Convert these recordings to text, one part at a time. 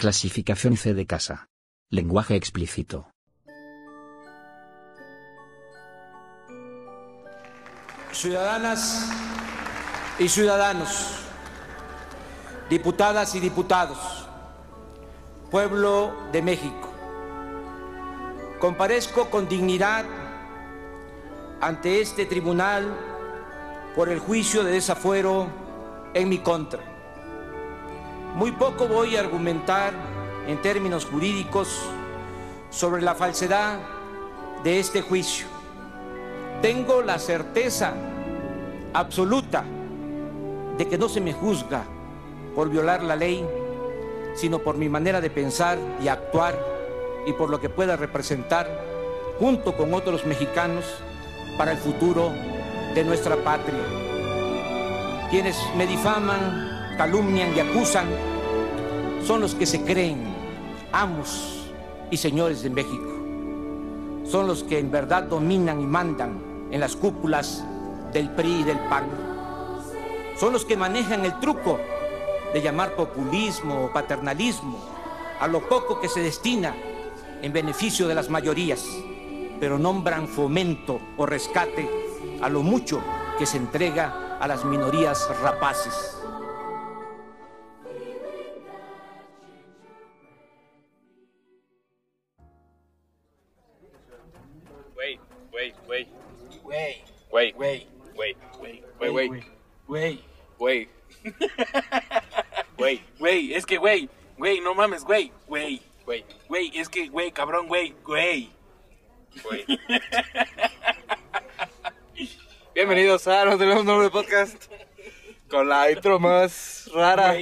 Clasificación C de casa. Lenguaje explícito. Ciudadanas y ciudadanos, diputadas y diputados, pueblo de México, comparezco con dignidad ante este tribunal por el juicio de desafuero en mi contra. Muy poco voy a argumentar en términos jurídicos sobre la falsedad de este juicio. Tengo la certeza absoluta de que no se me juzga por violar la ley, sino por mi manera de pensar y actuar y por lo que pueda representar junto con otros mexicanos para el futuro de nuestra patria. Quienes me difaman, calumnian y acusan son los que se creen amos y señores de México. Son los que en verdad dominan y mandan en las cúpulas del PRI y del PAN. Son los que manejan el truco de llamar populismo o paternalismo a lo poco que se destina en beneficio de las mayorías, pero nombran fomento o rescate a lo mucho que se entrega a las minorías rapaces. Güey, es que güey, no mames, güey, es que güey, cabrón, güey. Bienvenidos a No Tenemos Nombre Podcast con la intro más rara.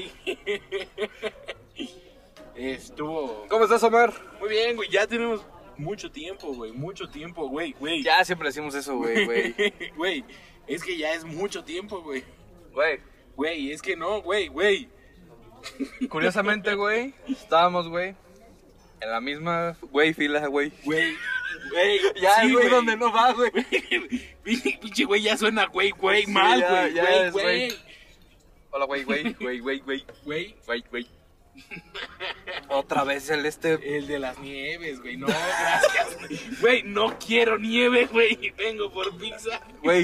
Estuvo ¿Cómo estás, Omar? muy bien, güey, ya tenemos mucho tiempo, güey. Ya siempre decimos eso, güey. Güey, es que ya es mucho tiempo, güey. Güey, Es que no, güey. curiosamente, güey, estábamos, güey, en la misma, güey, fila, güey. Güey. Ya, sí, güey, donde no va, güey. Pinche güey, ya suena güey, Sí, mal, ya güey. es, Hola, güey. Güey. Otra vez el El de las nieves, güey. No, gracias. Güey, no quiero nieve, güey. Vengo por pizza. Güey.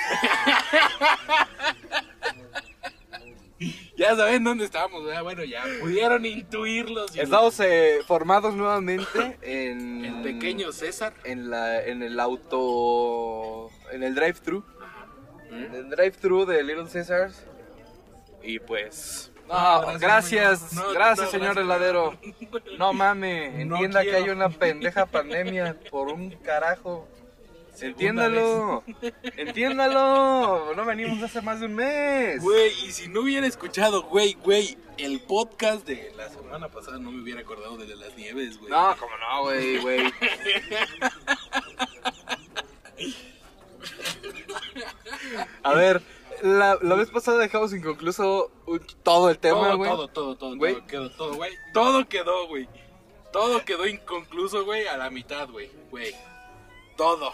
Ya saben dónde estamos, ¿verdad? Bueno, ya pudieron intuirlos. Estamos formados nuevamente en... El pequeño César. En el drive-thru. En el drive-thru de Little Caesars. Y pues... gracias, señor heladero. No mames, entienda que hay una pendeja pandemia por un carajo. Entiéndalo. No venimos hace más de un mes. Güey, y si no hubiera escuchado, güey, el podcast de la semana pasada, no me hubiera acordado de las nieves, güey. No, como no, güey. A ver, la vez pasada dejamos inconcluso todo el tema, güey. Todo, Güey. güey. Todo quedó, güey. Todo quedó inconcluso, güey, a la mitad, güey. Todo.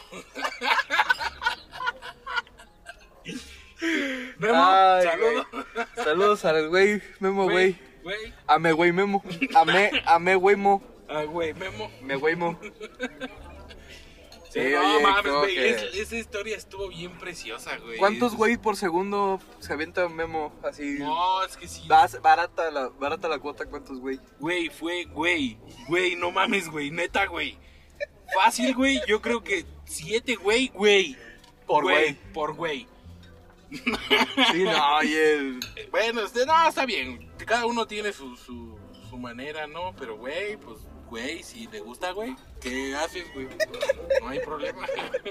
Memo, Ay, saludos. güey. Saludos al güey Memo, güey. Güey. Ame, güey, Memo. Ame, güey, Mo. Ah, güey, Memo. Me, güey, Mo. Sí, Sí, no oye, mames, creo güey. que- Esa historia estuvo bien preciosa, güey. ¿Cuántos güey por segundo se avienta Memo? Así. No, es que sí. Barata la cuota, ¿cuántos güey? Güey, güey, no mames, güey, neta, güey. Fácil, güey, yo creo que 7, güey. Por güey. Por güey. Sí, no, oye. Bueno, no, está bien. Cada uno tiene su manera, ¿no? Pero, güey, pues, güey, si le gusta, güey, ¿qué haces, güey? No hay problema.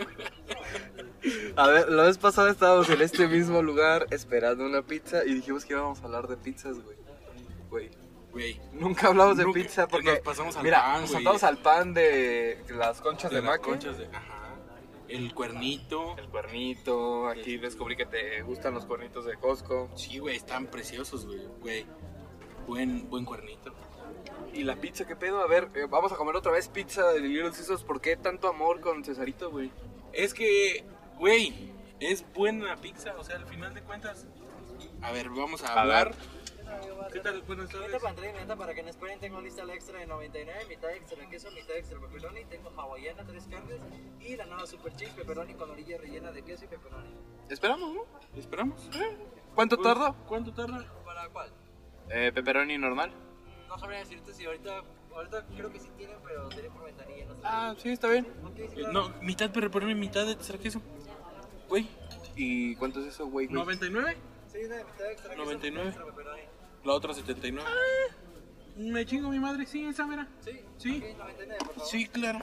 A ver, la vez pasada estábamos en este mismo lugar esperando una pizza y dijimos que íbamos a hablar de pizzas, güey. Güey. Nunca hablamos de Nunca- pizza porque nos pasamos al mira, pan, nos güey. saltamos al pan de las conchas de las maque. conchas de... Ajá. El cuernito. El cuernito, aquí descubrí que te gustan los cuernitos de Costco. Sí, güey, están preciosos, güey. Buen cuernito. ¿Y la pizza qué pedo? A ver, vamos a comer otra vez pizza de Little Caesars. ¿Por qué tanto amor con Cesarito, güey? Es que, güey, es buena pizza, o sea, al final de cuentas. A ver, vamos a hablar ¿Qué tal? Buenas tardes. Ahorita para entrar inmediata para que no esperen, tengo lista la extra de 99, mitad extra queso, mitad extra pepperoni, tengo hawaiana, 3 carnes y la nueva super cheese pepperoni con orilla rellena de queso y pepperoni. Esperamos, ¿no? ¿Esperamos? ¿Cuánto tarda? ¿Cuánto tarda? ¿Para cuál? Pepperoni normal. No sabría decirte si ahorita creo que sí tienen, pero sería por ventanilla, no sé. Ah, sí, está bien. Ok, sí, claro. No, mitad pepperoni, mitad de extra queso. Güey, ¿Y cuánto es eso, güey? ¿99? Sí, una de mitad extra queso, 99. mitad extra pepperoni. La otra 79. Me chingo mi madre, sí, esa mera. Sí, Sí. ok, 99, por favor. Sí, claro.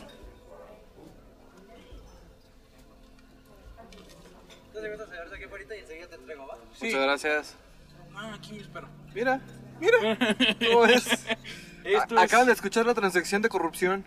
Entonces vas a quedarte aquí ahorita y enseguida te entrego, ¿va? Sí. Muchas gracias. Ah, aquí me espero. Mira. ¿Cómo es? Esto Acaban de escuchar la transacción de corrupción.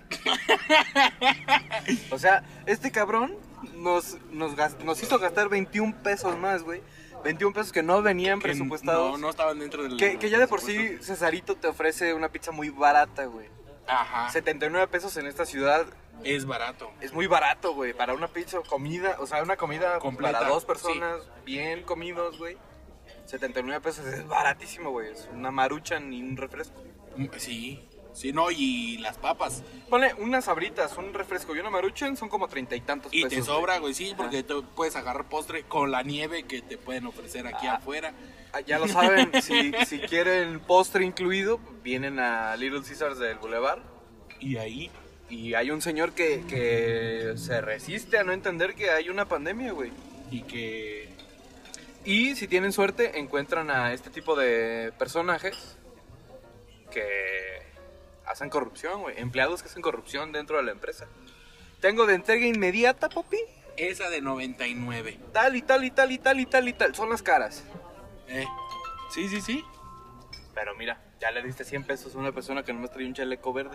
O sea, este cabrón nos hizo gastar 21 pesos más, güey. 21 pesos que no venían que presupuestados. no estaban dentro del... Que ya de por presupuesto. sí Cesarito te ofrece una pizza muy barata, güey. Ajá. 79 pesos en esta ciudad Es barato. es muy barato, güey. Para una pizza, comida, o sea, una comida Completa, para 2 personas, bien comidos, güey. 79 pesos es baratísimo, güey. Es una maruchan y un refresco. Sí. Sí, no, y las papas. Ponle unas sabritas, un refresco y una maruchan son como 30 y tantos Y pesos. te sobra, güey, sí, porque tú puedes agarrar postre con la nieve que te pueden ofrecer aquí afuera. Ya lo saben, si quieren postre incluido, vienen a Little Caesars del Boulevard. Y ahí, Y hay un señor que se resiste a no entender que hay una pandemia, güey. y que... Y si tienen suerte, encuentran a este tipo de personajes que hacen corrupción, güey. Empleados que hacen corrupción dentro de la empresa. Tengo de entrega inmediata, papi. Esa de 99. Tal y tal y tal y tal y tal y tal. Son las caras. Sí, sí, sí. Pero mira, ya le diste 100 pesos a una persona que nomás trae un chaleco verde.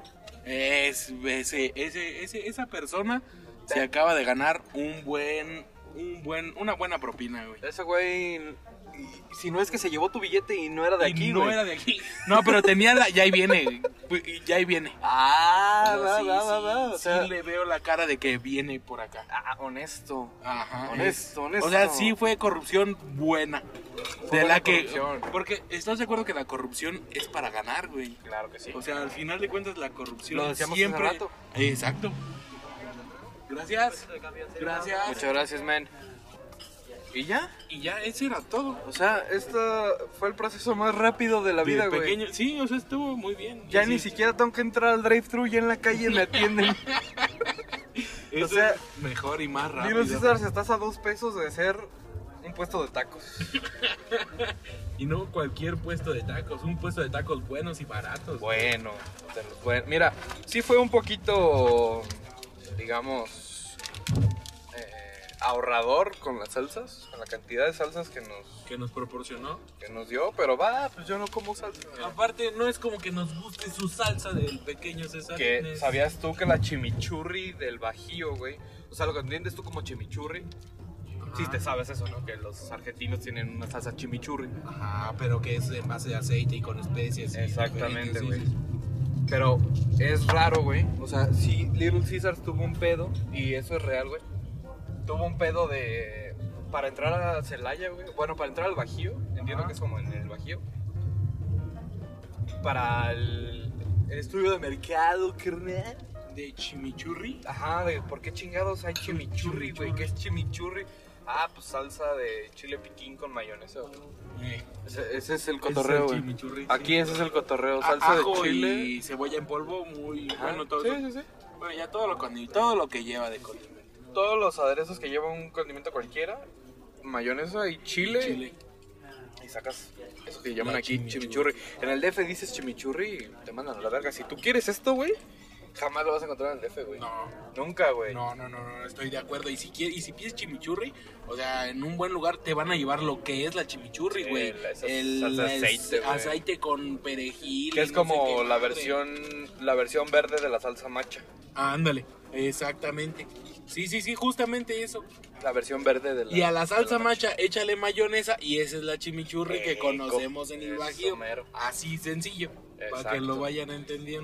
Esa persona se acaba de ganar una buena propina, güey. Ese güey, si no es que se llevó tu billete y no era de aquí, Y no güey. era de aquí. No, pero tenía ya ahí viene. Ya ahí viene. Ah, Pero va, sí, va, sí, va, va. O sí sea, le veo la cara de que viene por acá. honesto. Ajá. Honesto. O sea, sí fue corrupción buena. De buena la que... corrupción. Porque estás de acuerdo que la corrupción es para ganar, güey. Claro que sí. O sea, al final de cuentas la corrupción Lo decíamos siempre... hace rato. Exacto. Gracias. Gracias. Muchas gracias, man. ¿Y ya? Y ya, ese era todo. O sea, esto fue el proceso más rápido de la vida, De güey. pequeño. Sí, o sea, estuvo muy bien. Ya Sí, ni sí. siquiera tengo que entrar al drive-thru, ya en la calle me atienden. Eso o sea, es mejor y más rápido. Little Caesars, estás a 2 pesos de ser un puesto de tacos. Y no cualquier puesto de tacos, un puesto de tacos buenos y baratos. Bueno, mira, sí fue un poquito, digamos, ahorrador con las salsas, con la cantidad de salsas Que nos proporcionó. que nos dio, pero va, pues yo no como salsa. Aparte, no es como que nos guste su salsa del pequeño César. Que ¿sabías tú que la chimichurri del Bajío, güey? O sea, lo que entiendes tú como chimichurri. Sí, te sabes eso, ¿no? Que los argentinos tienen una salsa chimichurri. Ajá, pero que es en base de aceite y con especias. y Exactamente, diferentes, güey. Pero es raro, güey. O sea, sí, Little Caesars tuvo un pedo, y eso es real, güey. Tuvo un pedo de... Para entrar a Celaya, güey. Bueno, para entrar al Bajío. Entiendo que es como en el Bajío. Para el estudio de mercado, carnal. De chimichurri. Ajá, de por qué chingados hay chimichurri, güey. ¿Qué es chimichurri? Ah, pues salsa de chile piquín con mayonesa, güey. Ese es el cotorreo, el güey. chimichurri, Aquí sí. ese es el cotorreo. Salsa Ajo de chile. y cebolla en polvo, muy Ajá, bueno todo sí, eso. sí, sí. Bueno, ya todo lo que lleva de condimento. Todos los aderezos que lleva un condimento cualquiera, mayonesa y chile. Y sacas eso que llaman La aquí chimichurri. chimichurri. En el DF dices chimichurri y te mandan a la verga. Si tú quieres esto, güey, jamás lo vas a encontrar en el DF, güey. No. Nunca, güey. No, estoy de acuerdo. Y si pides chimichurri, o sea, en un buen lugar te van a llevar lo que es la chimichurri, Sí, güey. esa salsa de aceite, güey. Aceite con perejil. Que es y no sé como qué la madre. versión verde de la salsa macha. Ándale, exactamente. Sí, justamente eso. La versión verde de la Y a la salsa de la macha, échale mayonesa y esa es la chimichurri que Ey, conocemos en el eso Bajío. mero. Así sencillo, para que Exacto. lo vayan entendiendo.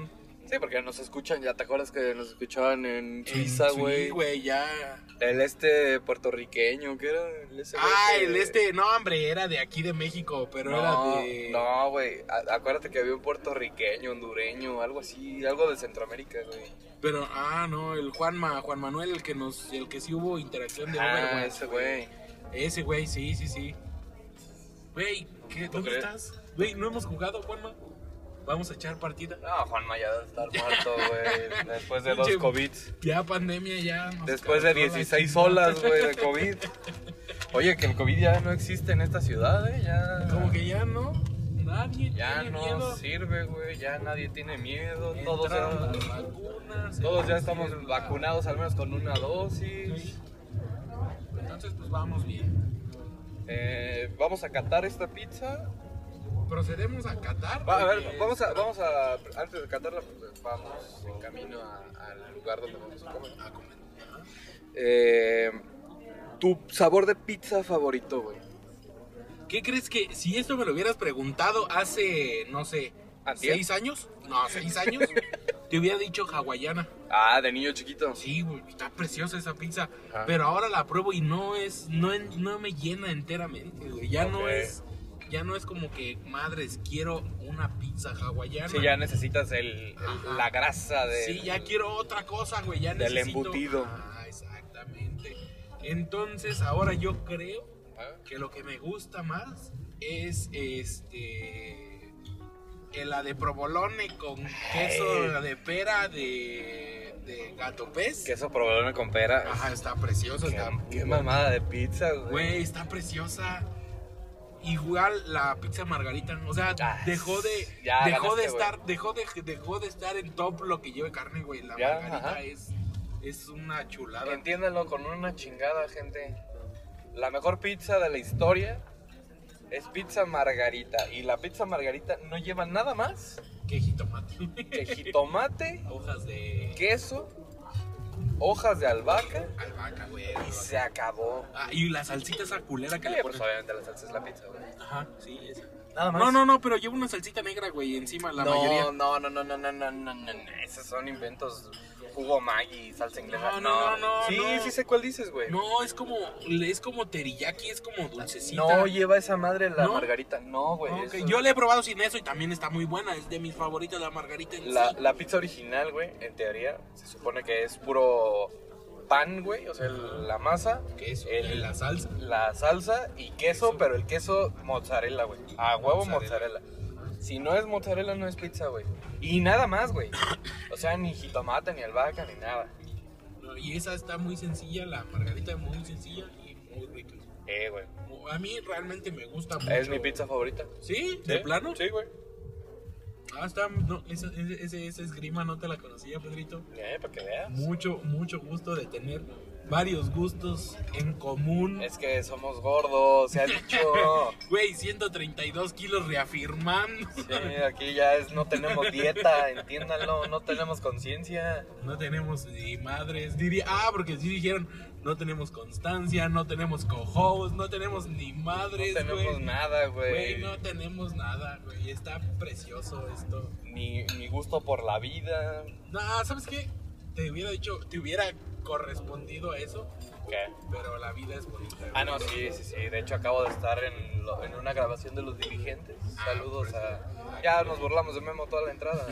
Sí, porque nos escuchan, ya te acuerdas que nos escuchaban en Suiza, güey. Sí, güey, ya. El puertorriqueño, ¿qué era? No, hombre, era de aquí de México, pero era de... No, güey, acuérdate que había un puertorriqueño, hondureño, algo así, algo de Centroamérica, güey. Pero, no, el Juan Manuel, el que sí hubo interacción de Overwatch. Ese güey. Ese güey, sí. Güey, ¿dónde estás? Güey, ¿no hemos jugado, Juanma? ¿Vamos a echar partida? No, Juanma ya debe estar muerto, güey. Después de 2 COVID. Ya pandemia, ya. Después de 16 olas, güey, de COVID. Oye, que el COVID ya no existe en esta ciudad, ya. Como que ya no. Nadie ya tiene no miedo. Sirve, güey. Ya nadie tiene miedo. Entraron las vacunas. Todos ya estamos vacunados, al menos con una dosis. Sí. Entonces, pues vamos bien. Vamos a catar esta pizza. Procedemos a catar. A ver, vamos a antes de catarla, pues, vamos en camino al lugar donde vamos a comer. Tu sabor de pizza favorito, güey. ¿Qué crees que si esto me lo hubieras preguntado hace, no sé, ¿Antier? 6 años? No, 6 años. Te hubiera dicho hawaiana. De niño chiquito. Sí, güey, está preciosa esa pizza. Ajá. Pero ahora la pruebo y no me llena enteramente, güey. Ya no es como que, madres, quiero una pizza hawaiana. Sí, ya necesitas la grasa de... Sí, ya quiero otra cosa, güey. Ya del necesito... embutido. Exactamente. Entonces, ahora yo creo que lo que me gusta más es la de provolone con queso de pera de gato pez. Queso provolone con pera. Ajá, está preciosa. Qué mamada de pizza, güey. Güey, está preciosa. Igual la pizza margarita, o sea, dejó de estar en top lo que lleve carne, güey. La margarita es una chulada. Entiéndanlo con una chingada, gente. La mejor pizza de la historia es pizza margarita. Y la pizza margarita no lleva nada más que jitomate. Hojas de queso, hojas de albahaca, güey. Y se acabó. Y la salsita esa culera que le pues ponen. obviamente la salsa es la pizza, güey. Ajá, sí, esa. Nada más. No, pero lleva una salsita negra, güey, encima la mayoría. No. Esos son inventos. Jugo Maggi, salsa inglesa. No. Sí sé cuál dices, güey. No, es como teriyaki, es como dulcecita. No lleva esa madre la margarita. No, güey. Okay. Yo la he probado sin eso y también está muy buena. Es de mis favoritas la margarita. La pizza original, güey, en teoría, se supone que es puro pan, güey. O sea, la masa. Queso. La salsa. La salsa y queso, pero el queso mozzarella, güey. A huevo mozzarella. Si no es mozzarella, no es pizza, güey. Y nada más, güey. O sea, ni jitomate, ni albahaca, ni nada. No, y esa está muy sencilla, la margarita es muy sencilla y muy rica. Güey. A mí realmente me gusta mucho. Es mi pizza favorita. ¿Sí? ¿De plano? Sí, güey. Está... No, esa esgrima no te la conocía, Pedrito. Para que veas. Mucho gusto de tener varios gustos en común. Es que somos gordos, se ha dicho. Güey, 132 kilos reafirmando. Sí, aquí ya no tenemos dieta, entiéndanlo, no tenemos conciencia. No tenemos ni madres, porque sí dijeron, no tenemos constancia, no tenemos co-host, no tenemos ni madres, No tenemos nada, güey. Güey, no tenemos nada, güey, está precioso esto. Ni gusto por la vida. No, ¿sabes qué? Te hubiera correspondido a eso. ¿Qué? Pero la vida es bonita. No, sí. De hecho, acabo de estar en una grabación de Los Dirigentes. Saludos a... Ya nos burlamos de Memo toda la entrada.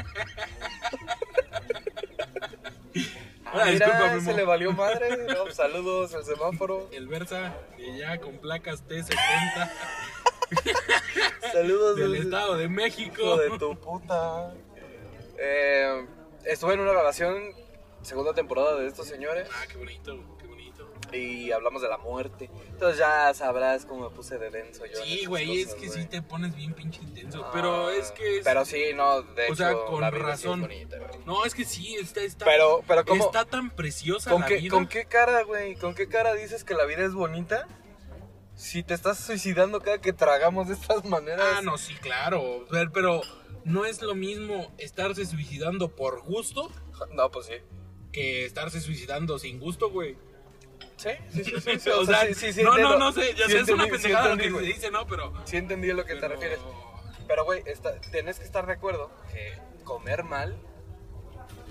Mira, disculpa, Memo. se le valió madre. No, saludos al semáforo. El Versa, que ya con placas T70. Saludos del Estado de México. Hijo de tu puta. Estuve en una grabación, segunda temporada de Estos Señores. Qué bonito. Y hablamos de la muerte. Entonces ya sabrás cómo me puse de denso yo. Sí, güey, es que sí te pones bien pinche intenso. Pero es que... Pero sí, no, de hecho, o sea, con la vida razón. sí es bonita, güey. No, es que sí, está pero ¿cómo? Está tan preciosa la vida. ¿Con qué cara, güey? ¿Con qué cara dices que la vida es bonita? Si te estás suicidando cada que tragamos de estas maneras. No, sí, claro. Pero no es lo mismo estarse suicidando por gusto. No, pues sí. Que estarse suicidando sin gusto, güey. Sí. O sea, sí, no sé, ya sé, es una pendejada lo que se dice, ¿no? Pero... Sí entendí a lo que te refieres. Pero, güey, tenés que estar de acuerdo que comer mal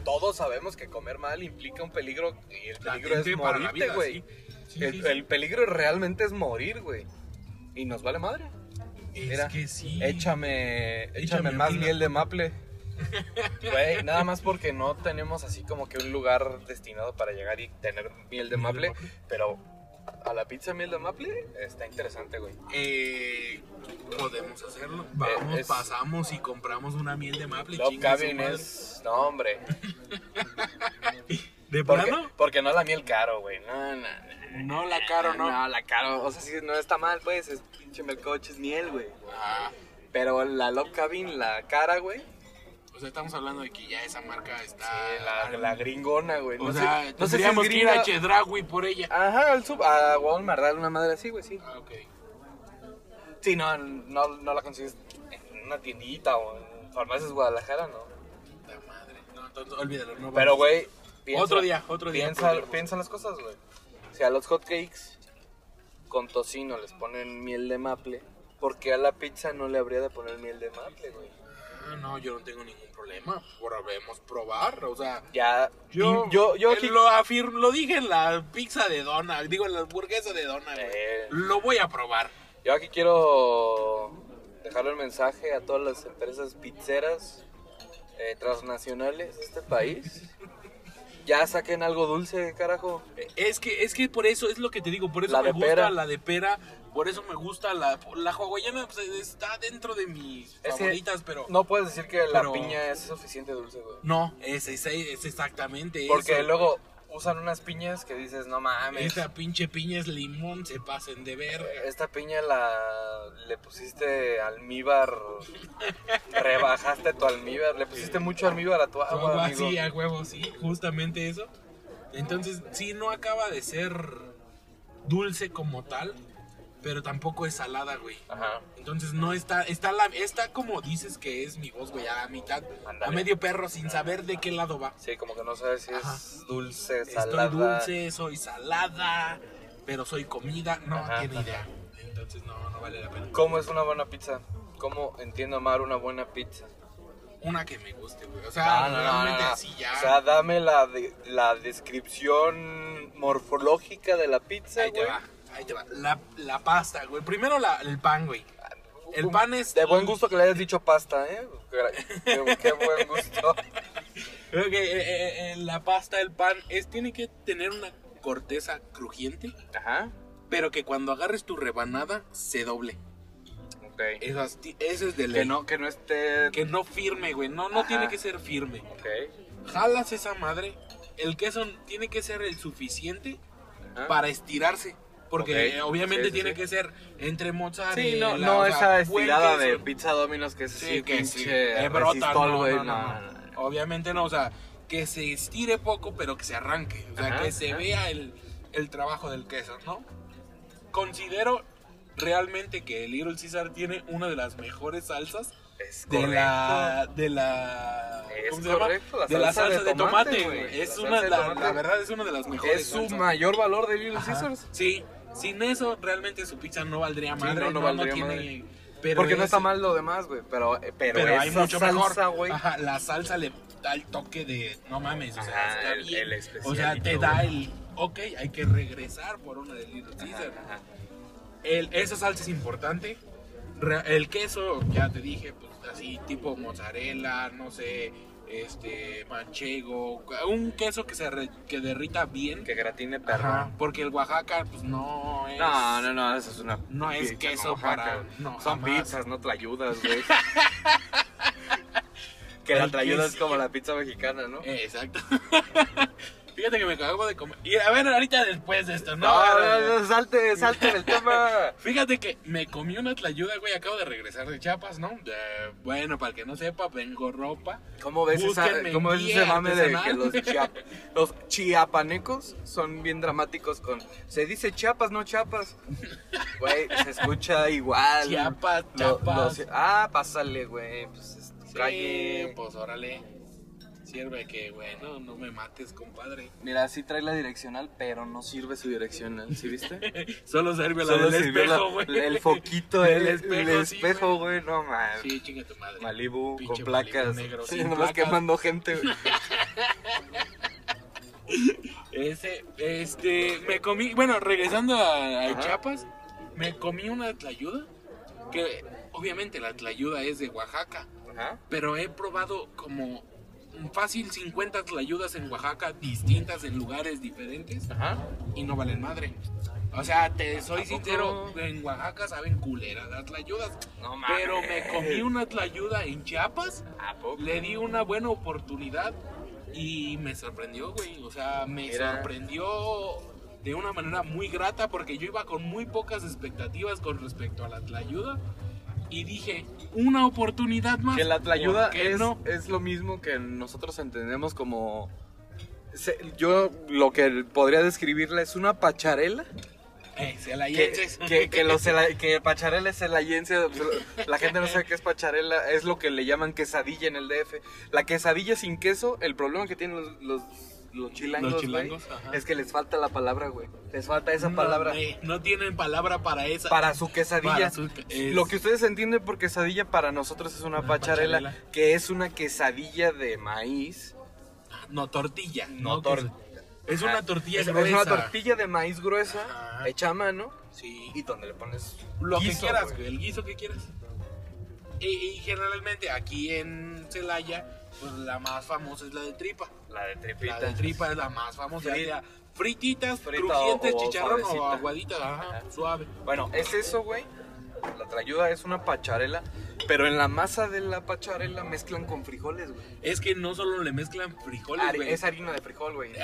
todos sabemos que comer mal implica un peligro y el peligro Latente es para la morirte, vida, güey. sí. Sí, sí, sí. El peligro realmente es morir, güey. Y nos vale madre. Mira, Es que sí. échame más orina. miel de maple. Güey, nada más porque no tenemos así como que un lugar destinado para llegar y tener miel de maple, pero a la pizza miel de maple está interesante, güey. Podemos hacerlo. Vamos, es- pasamos y compramos una miel de maple. Love chinga su Cabin madre. es... No, hombre. ¿De Porque, plano? porque no la miel caro, güey. No. No, la caro, no. No, la caro. O sea, si no está mal, pues, es pinche melcoche, es miel, güey. Ah, Pero la Love Cabin, la cara, güey. o sea, estamos hablando de que ya esa marca está... La gringona, güey. O No sea, sé si tendríamos es que ir a gringa. Chedraui por ella. Ajá, a Walmart, dale una madre así, güey, sí. Ah, ok. Sí, no la consigues en una tiendita o en Farmacias Guadalajara, no. La madre. No, entonces olvídalo. No Pero, vamos. güey, Otro día podríamos. Piensa las cosas, güey. Si a los hotcakes con tocino les ponen miel de maple, ¿por qué a la pizza no le habría de poner miel de maple, güey? Ah, no, yo no tengo ningún problema. Podemos probar, o sea... Ya, yo aquí... Lo dije en la pizza de dona, digo en la hamburguesa de dona, güey. Lo voy a probar. Yo aquí quiero dejarle el mensaje a todas las empresas pizzeras transnacionales de este país. Ya saquen algo dulce, carajo. Es que por eso es lo que te digo, por eso La me de gusta pera. la de pera, por eso me gusta la hawaiana, pues, está dentro de mis Es que favoritas, pero no puedes decir que la pero- piña es suficiente dulce, güey. no, es exactamente Porque eso. luego usan unas piñas que dices, no mames. Esta pinche piña es limón, se pasen de verga. Esta piña le pusiste almíbar, rebajaste tu almíbar, le pusiste mucho almíbar a tu agua, Agua, amigo. sí, a huevo, sí, justamente eso. Entonces, sí, no acaba de ser dulce como tal, pero tampoco es salada, güey. Ajá. Entonces no está como dices que es mi voz, güey, a mitad, Ándale. a medio perro, sin saber de qué lado va. Sí, como que no sabes si Ajá. es dulce, salada. Estoy dulce, soy salada, pero soy comida, no Ajá, tiene ajá. idea. Entonces no vale la pena. ¿Cómo es una buena pizza? ¿Cómo entiendo amar una buena pizza? Una que me guste, güey. O sea, realmente así ya. O sea, dame la descripción morfológica de la pizza, ahí te güey. va, ahí te va. La pasta, güey. Primero el pan, güey. El pan es... De buen gusto que le hayas dicho pasta, ¿eh? Qué buen gusto. Creo que la pasta, el pan, tiene que tener una corteza crujiente, Ajá. pero que cuando agarres tu rebanada se doble. Ok. Eso es de ley. Que no esté... Que no firme, güey. No Ajá. tiene que ser firme. Ok. Jalas esa madre. El queso tiene que ser el suficiente Ajá. para estirarse. Porque Ok. obviamente Sí, sí, tiene sí. que ser entre mozzarella. Sí, o no sea, esa buen estirada queso. de pizza Domino's que es Sí, así, que sí. pinche Brota, resistol, güey. no. Obviamente no, o sea, que se estire poco, pero que se arranque. O sea, Ajá, que se ajá. vea el trabajo del queso, ¿no? Considero realmente que Little Caesar tiene una de las mejores salsas Es de correcto. la Es ¿cómo se llama? correcto, la de la salsa salsa de de tomate, tomate, güey. güey. Es La una salsa de la tomate. verdad es una de las mejores Es su salsas. mayor valor de Little Ajá. Caesars. Sí, sin eso realmente su pizza no valdría madre, no valdría tiene madre. pero Porque no es- está mal lo demás, güey. Pero pero hay esa mucho salsa, mejor. güey. Ajá, la salsa le da el toque de no mames, o sea, Ajá, está el bien. especialito, O sea, te güey. da el ok, hay que regresar por una de Little Caesar. Ajá. Esa salsa es importante. El queso, ya te dije, pues así tipo mozzarella, no sé, manchego, un queso que derrita bien. Que gratine perro. Ajá, porque el Oaxaca pues no es No, eso es una No es pizza queso en Oaxaca. para- no, Son jamás. pizzas, no tlayudas, güey. Que la El tlayuda es quesillo. como la pizza mexicana, ¿no? Exacto. Fíjate que me acabo de comer. Y a ver, ahorita después de esto, ¿no? No, salte del tema. Fíjate que me comí una tlayuda, güey. Acabo de regresar de Chiapas, ¿no? Bueno, para el que no sepa, vengo ropa. ¿Cómo ves, Búsquenme en cómo ves guía ese mame de que artesanal. los chiapanecos son bien dramáticos con... Se dice Chiapas, no Chiapas. Güey, se escucha igual. Chiapas, Chiapas. Pásale, güey. Pues Sí, calle. pues órale. Sirve que, bueno, no me mates, compadre. Mira, sí trae la direccional, pero no sirve su direccional, ¿sí viste? Solo sirve la Solo del sirvió espejo, güey. el foquito, El el espejo, sí, espejo, güey, no mames. Sí, chinga tu madre. Malibu Pinche con placas. Malibu negro, Sí, sin nomás placas. quemando gente, güey. Me comí, bueno, regresando a Chiapas, me comí una tlayuda, que obviamente la tlayuda es de Oaxaca, pero he probado como fácil 50 tlayudas en Oaxaca, distintas en lugares diferentes, y no valen madre. O sea, te soy sincero, en Oaxaca saben culeras las tlayudas, no mames. Pero me comí una tlayuda en Chiapas, le di una buena oportunidad y me sorprendió, güey. O sea, me sorprendió de una manera muy grata porque yo iba con muy pocas expectativas con respecto a la tlayuda. Y dije, una oportunidad más. Que la tlayuda es lo mismo que nosotros entendemos como... Yo lo que podría describirla es una pacharela. Celayenses. Que pacharela es celayense. La gente no sabe qué es pacharela. Es lo que le llaman quesadilla en el DF. La quesadilla sin queso, el problema que tienen los chilangos, güey, es que les falta la palabra, güey. Les falta esa palabra. No tienen palabra para esa. Para su quesadilla. Lo que ustedes entienden por quesadilla para nosotros es una pacharela, que es una quesadilla de maíz. No, tortilla. Es una tortilla gruesa. Es una tortilla de maíz gruesa, hecha a mano. Sí. Y donde le pones lo guiso, que quieras, güey. El guiso que quieras. Y generalmente aquí en Celaya, pues la más famosa es la de tripa. La de tripita. La de tripa es la más famosa. Frititas, crujientes, chicharrón o aguaditas, suave. Bueno, es eso, güey. La tlayuda es una pacharela, pero en la masa de la pacharela mezclan con frijoles, güey. Es que no solo le mezclan frijoles, güey. Es harina de frijol, güey.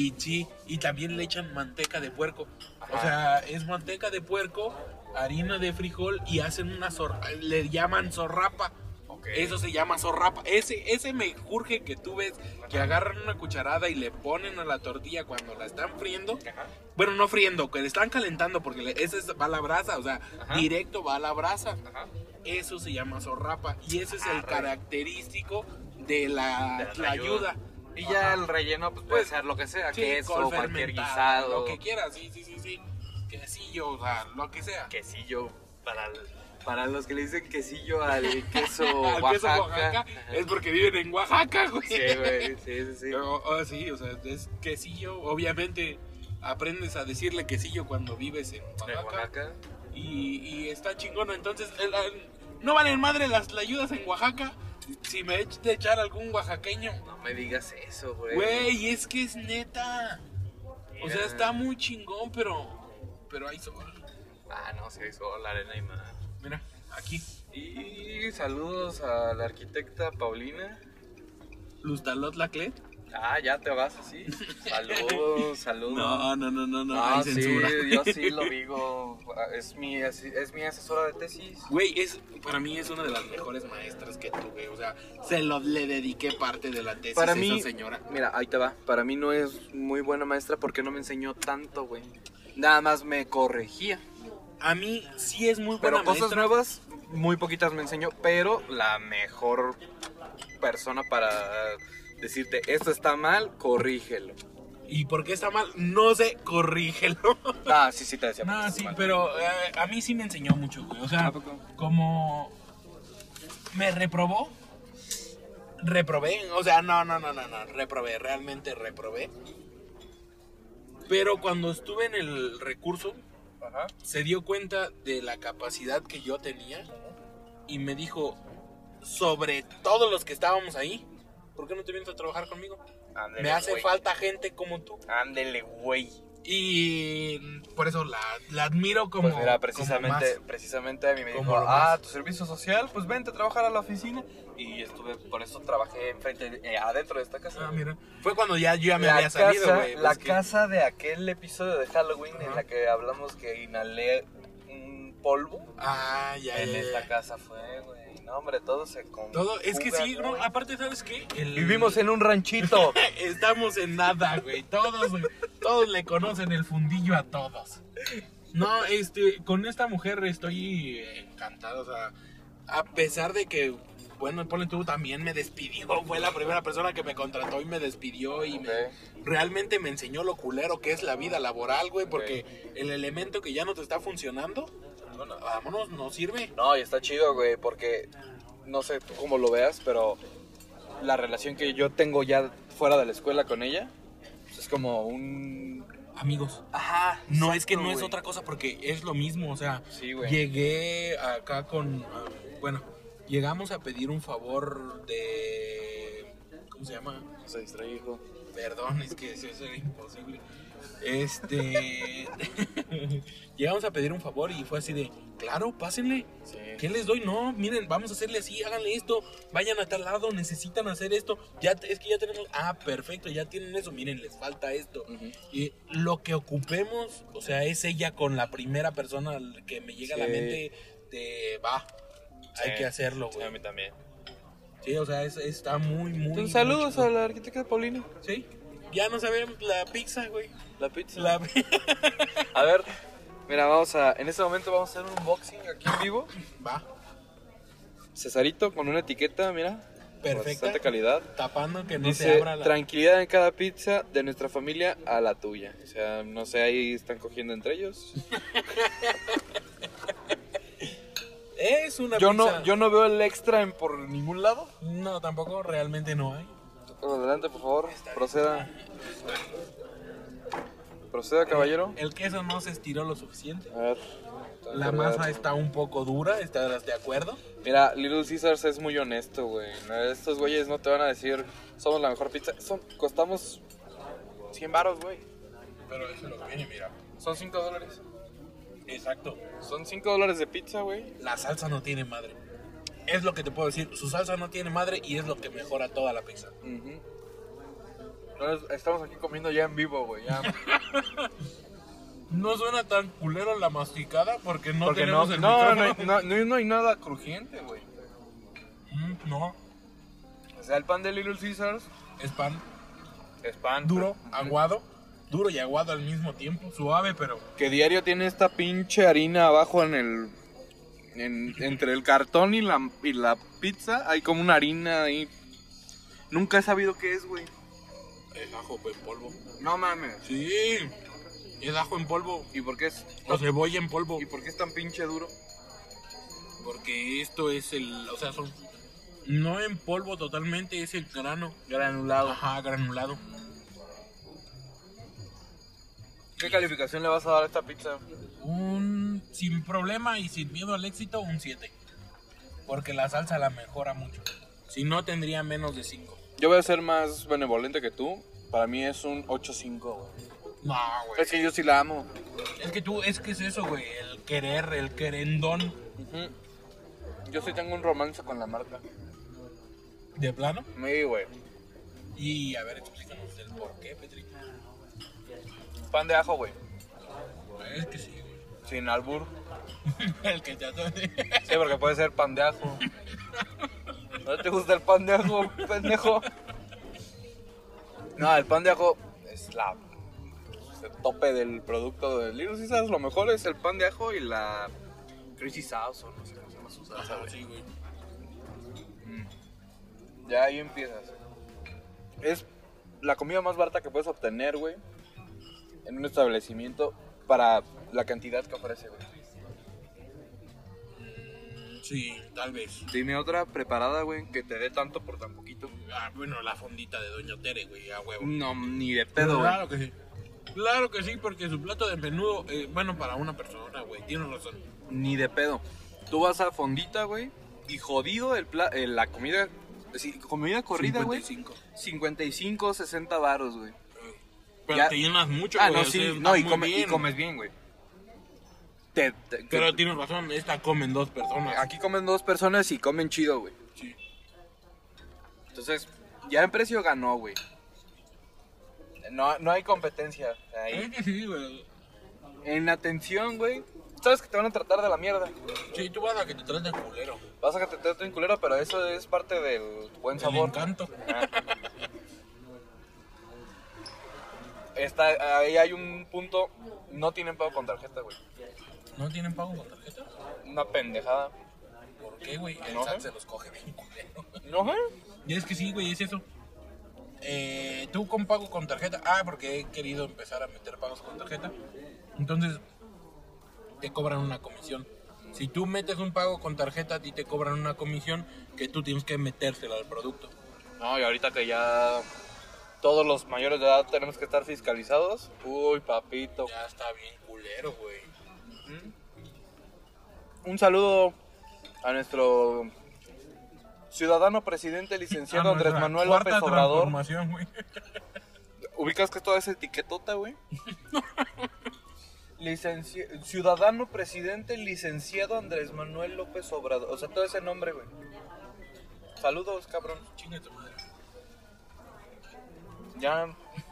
Y también le echan manteca de puerco. O sea, es manteca de puerco, harina de frijol y hacen le llaman zorrapa. Eso se llama zorrapa. Ese me urge que tú ves que agarran una cucharada y le ponen a la tortilla cuando la están friendo. Bueno, no friendo, que le están calentando porque ese va a la brasa, o sea, directo va a la brasa. Eso se llama zorrapa y ese es el característico de la tlayuda. Y ya el relleno pues puede ser lo que sea, queso, cualquier guisado. Lo que quieras, sí. Quesillo, o sea, lo que sea. Quesillo para los que le dicen quesillo al queso al Oaxaca. Queso Oaxaca es porque viven en Oaxaca, güey. Sí, güey, sí. Sí, o sea, es quesillo. Obviamente aprendes a decirle quesillo cuando vives en Oaxaca. Y está chingón. Entonces, no valen madre las tlayudas en Oaxaca. Si me he de echar algún oaxaqueño. No me digas eso, güey. Güey, es que es neta. O sea, está muy chingón, pero hay sol. No, sí hay sol, arena y mar. Mira, aquí. Y saludos a la arquitecta Paulina. Luztalot Laclet. Ya te vas así. Saludos. No, hay censura. Sí, yo sí lo digo. Es mi asesora de tesis. Güey, para mí es una de las mejores maestras que tuve. O sea, le dediqué parte de la tesis para a mí, esa señora. Mira, ahí te va. Para mí no es muy buena maestra porque no me enseñó tanto, güey. Nada más me corregía. A mí sí es muy buena maestra. Pero cosas nuevas, muy poquitas me enseñó. Pero la mejor persona para decirte, esto está mal, corrígelo. ¿Y por qué está mal? No sé, corrígelo. Sí te decía. No, sí, mal. Pero a mí sí me enseñó mucho, güey. O sea, como me reprobé. O sea, no, reprobé, realmente reprobé. Pero cuando estuve en el recurso, se dio cuenta de la capacidad que yo tenía y me dijo, sobre todos los que estábamos ahí, ¿por qué no te vienes a trabajar conmigo? Ándele, me hace güey. falta gente como tú. Ándele, güey. Y por eso la admiro como. Pues mira, precisamente a mí me dijo, tu servicio social, pues vente a trabajar a la oficina. Y por eso trabajé adentro de esta casa. Mira. Fue cuando yo ya me había salido, güey. La casa de aquel episodio de Halloween en la que hablamos que inhalé un polvo. En esta casa fue, güey. No, hombre, todo se todo, es que sí, no, aparte, ¿sabes qué? Vivimos en un ranchito. Estamos en nada, güey. Todos le conocen el fundillo a todos. No, con esta mujer estoy encantado, o sea, a pesar de que, bueno, ponle tú, también me despidió, fue la primera persona que me contrató y me despidió y realmente me enseñó lo culero que es la vida laboral, güey, porque el elemento que ya no te está funcionando, vámonos, no sirve. No, y está chido, güey, porque no sé tú cómo lo veas, pero la relación que yo tengo ya fuera de la escuela con ella, pues es como un... Amigos. Ajá. No, exacto, es que no es güey. otra cosa porque es lo mismo, o sea, Sí, güey. llegué acá con, bueno, llegamos a pedir un favor de, ¿cómo se llama? Se distrajo. Perdón, es que eso era imposible. Llegamos a pedir un favor y fue así de, claro, pásenle. Sí. ¿Qué les doy? No, miren, vamos a hacerle así, háganle esto, vayan a tal lado, necesitan hacer esto. Es que ya tenemos, perfecto, ya tienen eso, miren, les falta esto. Y lo que ocupemos, o sea, es ella con la primera persona que me llega a la mente de, hay que hacerlo, Sí, güey. a mí también. Sí, o sea, está muy, muy... Entonces, saludos a la arquitecta Paulina. Sí, ya no sabemos la pizza, güey. La pizza. La... A ver, mira, en este momento vamos a hacer un unboxing aquí en vivo. Va, Cesarito con una etiqueta, mira. perfecta. Bastante calidad. Tapando que no se Dice, abra la... tranquilidad en cada pizza de nuestra familia a la tuya. O sea, no sé, ahí están cogiendo entre ellos. Es una Yo pizza... no veo el extra por ningún lado. No, tampoco, realmente no hay. Adelante, por favor, proceda. Proceda, caballero. El queso no se estiró lo suficiente. A ver. La masa está un poco dura, ¿estás de acuerdo? Mira, Little Caesars es muy honesto, güey. Estos güeyes no te van a decir, somos la mejor pizza. Costamos 100 varos, güey. Pero eso es lo que viene, mira. Son $5. Exacto. Son $5 de pizza, güey. La salsa no tiene madre. Es lo que te puedo decir. Su salsa no tiene madre y es lo que mejora toda la pizza. Entonces, estamos aquí comiendo ya en vivo, güey. Ya. No suena tan culero la masticada porque no Porque tenemos no, el no, micrófono. no hay nada crujiente, güey. No, O sea, el pan de Little Caesars es pan es pan duro, aguado. Duro y aguado al mismo tiempo. Suave, pero... que diario tiene esta pinche harina abajo entre el cartón y la pizza. Hay como una harina ahí. Nunca he sabido qué es, güey. Es ajo en polvo. No mames. Sí, es ajo en polvo. ¿Y por qué es? O cebolla en polvo. ¿Y por qué es tan pinche duro? Porque esto es o sea, no en polvo totalmente, es el grano. Granulado. Ajá, granulado. ¿Qué calificación le vas a dar a esta pizza? Sin problema y sin miedo al éxito, un 7. Porque la salsa la mejora mucho. Si no, tendría menos de 5. Yo voy a ser más benevolente que tú. Para mí es un 8.5, güey. No, güey. Es que yo sí la amo. Es que es eso, güey. El querer, el querendón. Yo sí tengo un romance con la marca. ¿De plano? Sí, güey. Y a ver, explícanos el por qué, Petri. Pan de ajo, güey. Es que sí, güey. Sin albur. El que te atone. Sí, porque puede ser pan de ajo. ¿No te gusta el pan de ajo, pendejo? No, el pan de ajo es el tope del producto de Little Caesars. Lo mejor es el pan de ajo y la crazy sauce, o no sé cómo se llama su salsa, güey. Sí, güey. Ya ahí empiezas. Es la comida más barata que puedes obtener, güey, en un establecimiento para la cantidad que ofrece, güey. Sí, tal vez. Dime otra preparada, güey, que te dé tanto por tan poquito. Bueno, la fondita de Doña Tere, güey, a huevo. No, ni de pedo, güey. Claro que sí. Claro que sí, porque su plato de menudo, bueno, para una persona, güey, tienes razón. Ni de pedo. Tú vas a fondita, güey, y jodido la comida, sí, comida corrida, güey. 55, 60 varos, güey. Pero Ya. te llenas mucho, Ah, güey. no, o sí, sea, no, está muy bien. y comes bien, güey. Pero tienes razón, esta comen 2 personas. Aquí comen 2 personas y comen chido, güey. Sí. Entonces, ya en precio ganó, güey. No hay competencia ahí. Es que sí, güey. En atención, güey. Sabes que te van a tratar de la mierda. Sí, tú vas a que te traten culero. Vas a que te traten culero, pero eso es parte del buen sabor. El encanto. Ahí hay un punto. No tienen pago con tarjeta, güey. ¿No tienen pago con tarjeta? Una pendejada. ¿Por qué, güey? El No SAT sé. se los coge bien culero. No sé. Y es que sí, güey, es eso. Tú con pago con tarjeta. Porque he querido empezar a meter pagos con tarjeta. Entonces, te cobran una comisión. Si tú metes un pago con tarjeta, a ti te cobran una comisión que tú tienes que metérsela al producto. No, y ahorita que ya todos los mayores de edad tenemos que estar fiscalizados. Uy, papito. Ya está bien culero, güey. Un saludo a nuestro ciudadano presidente, licenciado Andrés Manuel López Obrador. Güey. ¿Ubicas que toda esa etiquetota, güey? Ciudadano presidente, licenciado Andrés Manuel López Obrador. O sea, todo ese nombre, güey. Saludos, cabrón. Chinga tu madre. Ya.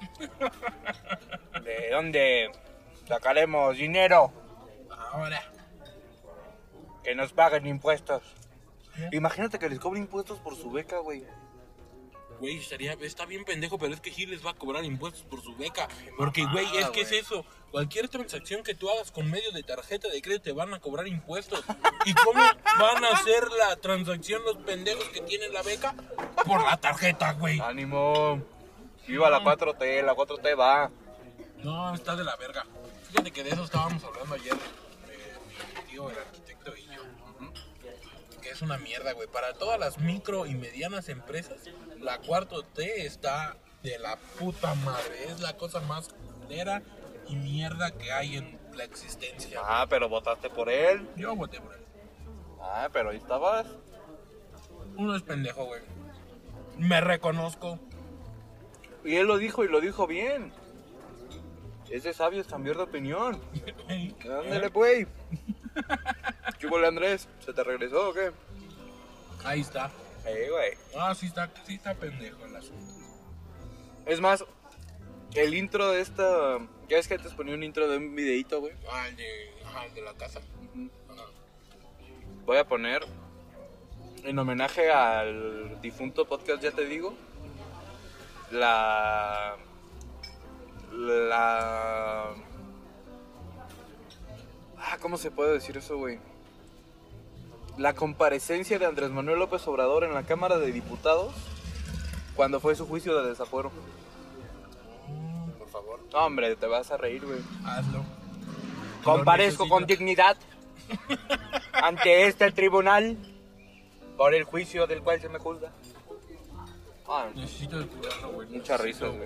¿De dónde sacaremos dinero? Ahora. Que nos paguen impuestos. Imagínate que les cobren impuestos por su beca, güey. Güey, está bien pendejo, pero es que Gil les va a cobrar impuestos por su beca. Porque, güey, es que es eso. Cualquier transacción que tú hagas con medio de tarjeta de crédito te van a cobrar impuestos. ¿Y cómo van a hacer la transacción los pendejos que tienen la beca? Por la tarjeta, güey. Ánimo. Viva la 4T, la 4T va. No, está de la verga. Fíjate que de eso estábamos hablando ayer. Mi tío, el arquitecto y yo. Que es una mierda, güey. Para todas las micro y medianas empresas, la 4T está de la puta madre. Es la cosa más culera y mierda que hay en la existencia. Ah, pero votaste por él. Yo voté por él. Ah, pero ahí estabas. Uno es pendejo, güey. Me reconozco. Y él lo dijo y lo dijo bien. Es de sabios cambiar de opinión. Ándale, güey. ¿Qué hubo, Andrés? ¿Se te regresó o qué? Ahí está. Güey. Ah, sí está pendejo el asunto. Es más, el intro de esta... Ya es que antes ponía un intro de un videíto, güey. Ah, el de la casa. Ajá. Voy a poner, en homenaje al difunto podcast, ya te digo, ¿cómo se puede decir eso, güey? La comparecencia de Andrés Manuel López Obrador en la Cámara de Diputados cuando fue su juicio de desafuero. Por favor, No, hombre, te vas a reír, güey. hazlo. Comparezco con dignidad ante este tribunal por el juicio del cual se me juzga. Necesito descubrirlo, güey. Muchas risas, güey.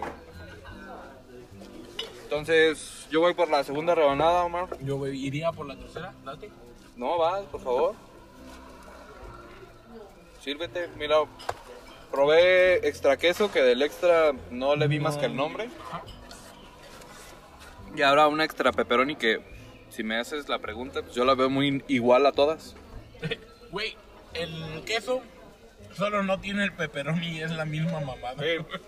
Entonces, yo voy por la segunda rebanada, Omar. Yo güey, iría por la tercera, date. No, vas, por favor. Sírvete, mira. Probé extra queso, que del extra no le vi más que el nombre. Y ahora una extra pepperoni que, si me haces la pregunta, pues yo la veo muy igual a todas. Güey, el queso solo no tiene el pepperoni y es la misma mamada.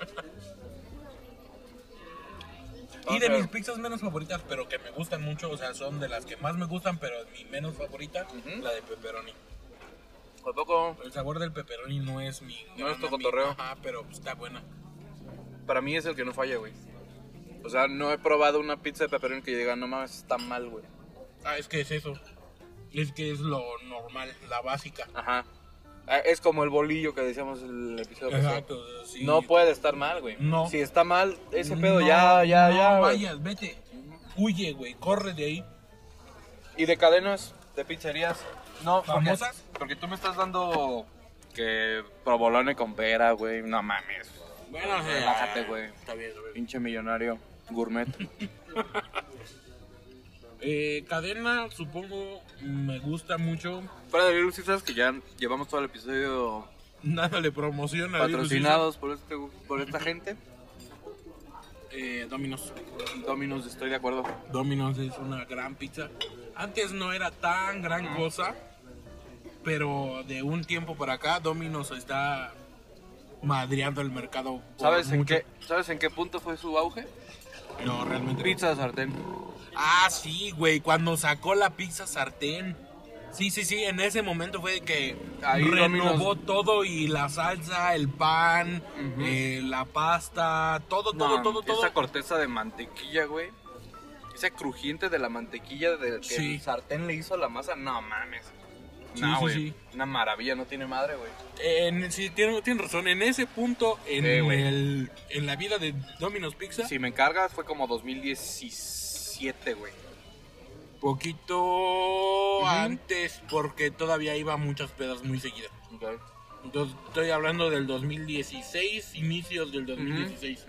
Y de mis pizzas menos favoritas, pero que me gustan mucho, o sea, son de las que más me gustan, pero mi menos favorita, la de pepperoni. ¿A poco? El sabor del pepperoni no es mi... No es tu cotorreo. Ajá, pero está buena. Para mí es el que no falla, güey. O sea, no he probado una pizza de pepperoni que diga, no mames, está mal, güey. Ah, es que es eso. Es que es lo normal, la básica. Ajá. Es como el bolillo que decíamos en el episodio pasado. Exacto, sí. No puede estar mal, güey. No. Si está mal, ese pedo No, ya, no güey. vayas, vete. Huye, güey, corre de ahí. ¿Y de cadenas de pizzerías? No, ¿Famosas? Porque tú me estás dando que provolone con pera, güey. No mames. Bueno, Relájate, güey. Está bien, está bien. Pinche millonario gourmet. Cadena, supongo, me gusta mucho. Fuera de Little Caesars, que ya llevamos todo el episodio Nada le promociona. patrocinados por esta gente. Domino's. Domino's, estoy de acuerdo. Domino's es una gran pizza. Antes no era tan gran cosa, pero de un tiempo para acá Domino's está madreando el mercado. ¿Sabes en qué punto fue su auge? No, realmente. Pizza sartén. Ah, sí, güey, cuando sacó la pizza sartén. Sí, en ese momento fue que Ahí renovó Domino's. todo y la salsa, el pan, la pasta, todo. Esa corteza de mantequilla, güey. Ese crujiente de la mantequilla del que Sí. el sartén le hizo la masa. No mames. Sí, No, sí, güey. sí. Una maravilla, no tiene madre, güey. Sí, tiene razón. En ese punto, en la vida de Domino's Pizza, Si me encargas, fue como 2017, güey. poquito antes, porque todavía iba a muchas pedas muy seguidas. Okay. Entonces, estoy hablando del 2016, inicios del 2016.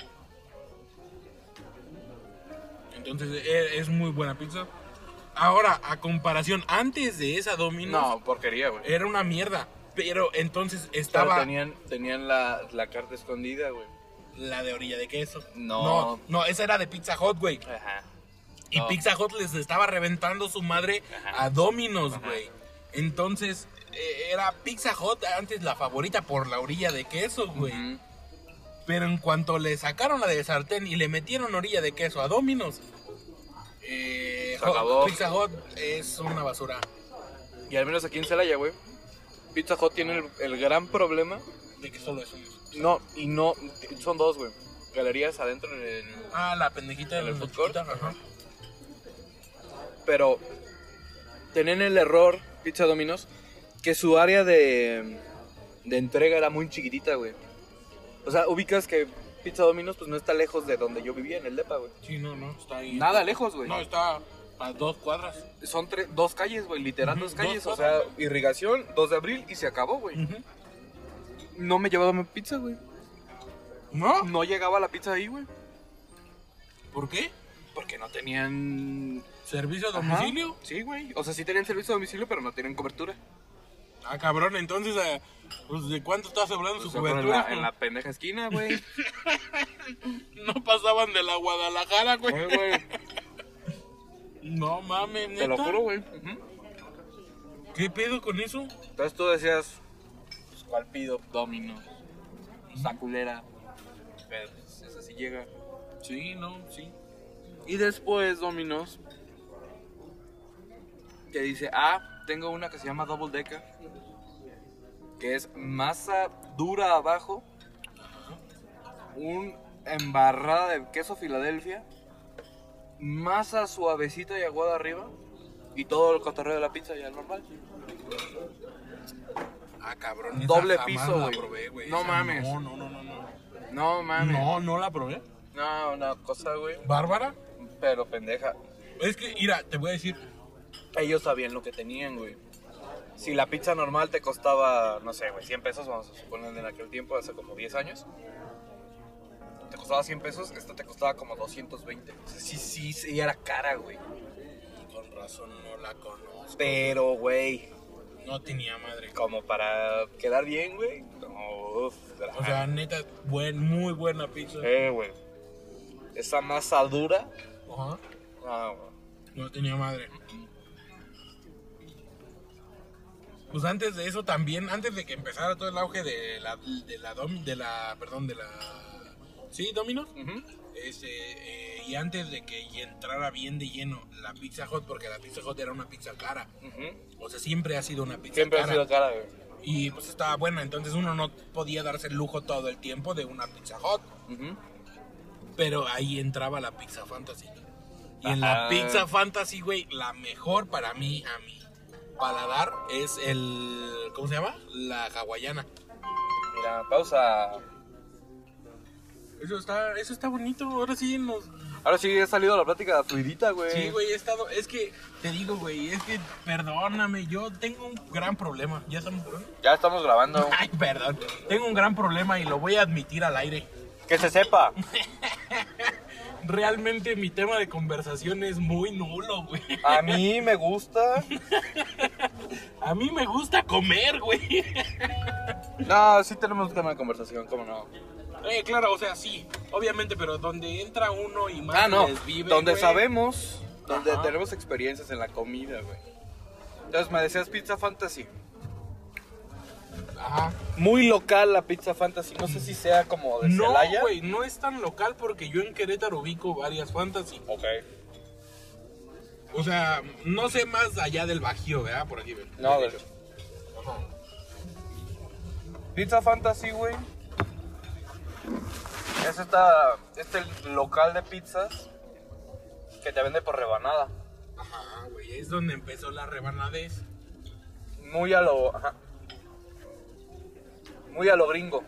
Entonces, es muy buena pizza. Ahora, a comparación, antes de esa Domino's... No, porquería, güey. Era una mierda. Pero entonces estaba... Pero tenían la carta escondida, güey. La de orilla de queso. No. No, esa era de Pizza Hut, güey. Ajá. Y No. Pizza Hut les estaba reventando su madre a Domino's, güey. Entonces, era Pizza Hut antes la favorita por la orilla de queso, güey. Pero en cuanto le sacaron la de sartén y le metieron orilla de queso a Domino's, acabó. Pizza Hut es una basura. Y al menos aquí en Celaya, güey, Pizza Hut tiene el gran problema. De que solo es un... No, son dos, güey. Galerías adentro en el... la pendejita en de el la food court. Ajá. Pero tenían el error, Pizza Domino's, que su área de entrega era muy chiquitita, güey. O sea, ubicas que Pizza Domino's pues no está lejos de donde yo vivía, en el depa, güey. Sí, no, está ahí. Nada lejos, güey. No, está a 2 cuadras. Son 2 calles, güey, literal 2 calles. dos O sea, cuadras. irrigación, 2 de abril y se acabó, güey. No me llevaba mi pizza, güey. ¿No? No llegaba la pizza ahí, güey. ¿Por qué? Porque no tenían... ¿Servicio a Ajá. domicilio? Sí, güey. O sea, sí tenían servicio a domicilio, pero no tenían cobertura. Ah, cabrón, entonces, pues, ¿de cuánto estás hablando Pues su cobertura? en la pendeja esquina, güey. No pasaban de la Guadalajara, güey. Güey. No mames, neta. Te lo juro, güey. ¿Qué pedo con eso? Entonces tú decías, pues, ¿cuál pido? Domino's. Esa culera. Pero, pues, esa sí llega. Sí, no, sí. Y después Domino's te dice, tengo una que se llama Double Decker, que es masa dura abajo, un embarrada de queso Filadelfia, masa suavecita y aguada arriba, y todo el cotorreo de la pizza ya normal. Ah, cabrón. Doble esa jamás piso, la güey. probé, güey. No Esa mames. No. No mames. No la probé. No, una cosa, güey, ¿Bárbara? pero pendeja. Es que, mira, te voy a decir. Ellos sabían lo que tenían, güey. Si la pizza normal te costaba, no sé, güey, 100 pesos, vamos a suponer en aquel tiempo, hace como 10 años. Te costaba 100 pesos, esta te costaba como 220. O sea, sí, era cara, güey. Con razón no la conozco. Pero, güey, No tenía madre. como para quedar bien, güey. No, O sea, neta, muy buena pizza. güey. Esa masa dura. Ajá. Güey. No tenía madre. Pues antes de eso también, antes de que empezara todo el auge de la Domino's, y antes de que entrara bien de lleno la Pizza Hut, porque la Pizza Hut era una pizza cara. O sea, siempre ha sido una pizza Siempre cara. ha sido cara, güey. Y pues estaba buena, entonces uno no podía darse el lujo todo el tiempo de una Pizza Hut. Pero ahí entraba la Pizza Fantasy. Y en la Pizza Fantasy, güey, la mejor para mí, a mi paladar, es ¿cómo se llama? La hawaiana. Mira, pausa. Eso está bonito, ahora sí Ahora sí ha salido la plática fluidita, güey. Sí, güey, es que, te digo, güey, es que, perdóname, yo tengo un gran problema. ¿Ya estamos grabando? Ya estamos grabando. Ay, perdón. Tengo un gran problema y lo voy a admitir al aire. Que se sepa. Realmente mi tema de conversación es muy nulo, güey. A mí me gusta. A mí me gusta comer, güey. No, sí tenemos tema de conversación, ¿cómo no? Claro, o sea, sí, obviamente, pero donde entra uno y más No, les vive, donde güey. sabemos, donde Ajá. tenemos experiencias en la comida, güey. Entonces me decías Pizza Fantasy. Ajá. Muy local la Pizza Fantasy, no sé si sea como de No, Celaya. güey, no es tan local porque yo en Querétaro ubico varias Fantasy. Ok. O sea, no sé más allá del Bajío, ¿verdad? Por aquí, ¿verdad? No, güey. Pizza Fantasy, güey. Es este local de pizzas que te vende por rebanada. Ajá, güey, es donde empezó la rebanadez. Muy a lo... Ajá. Muy a lo gringo.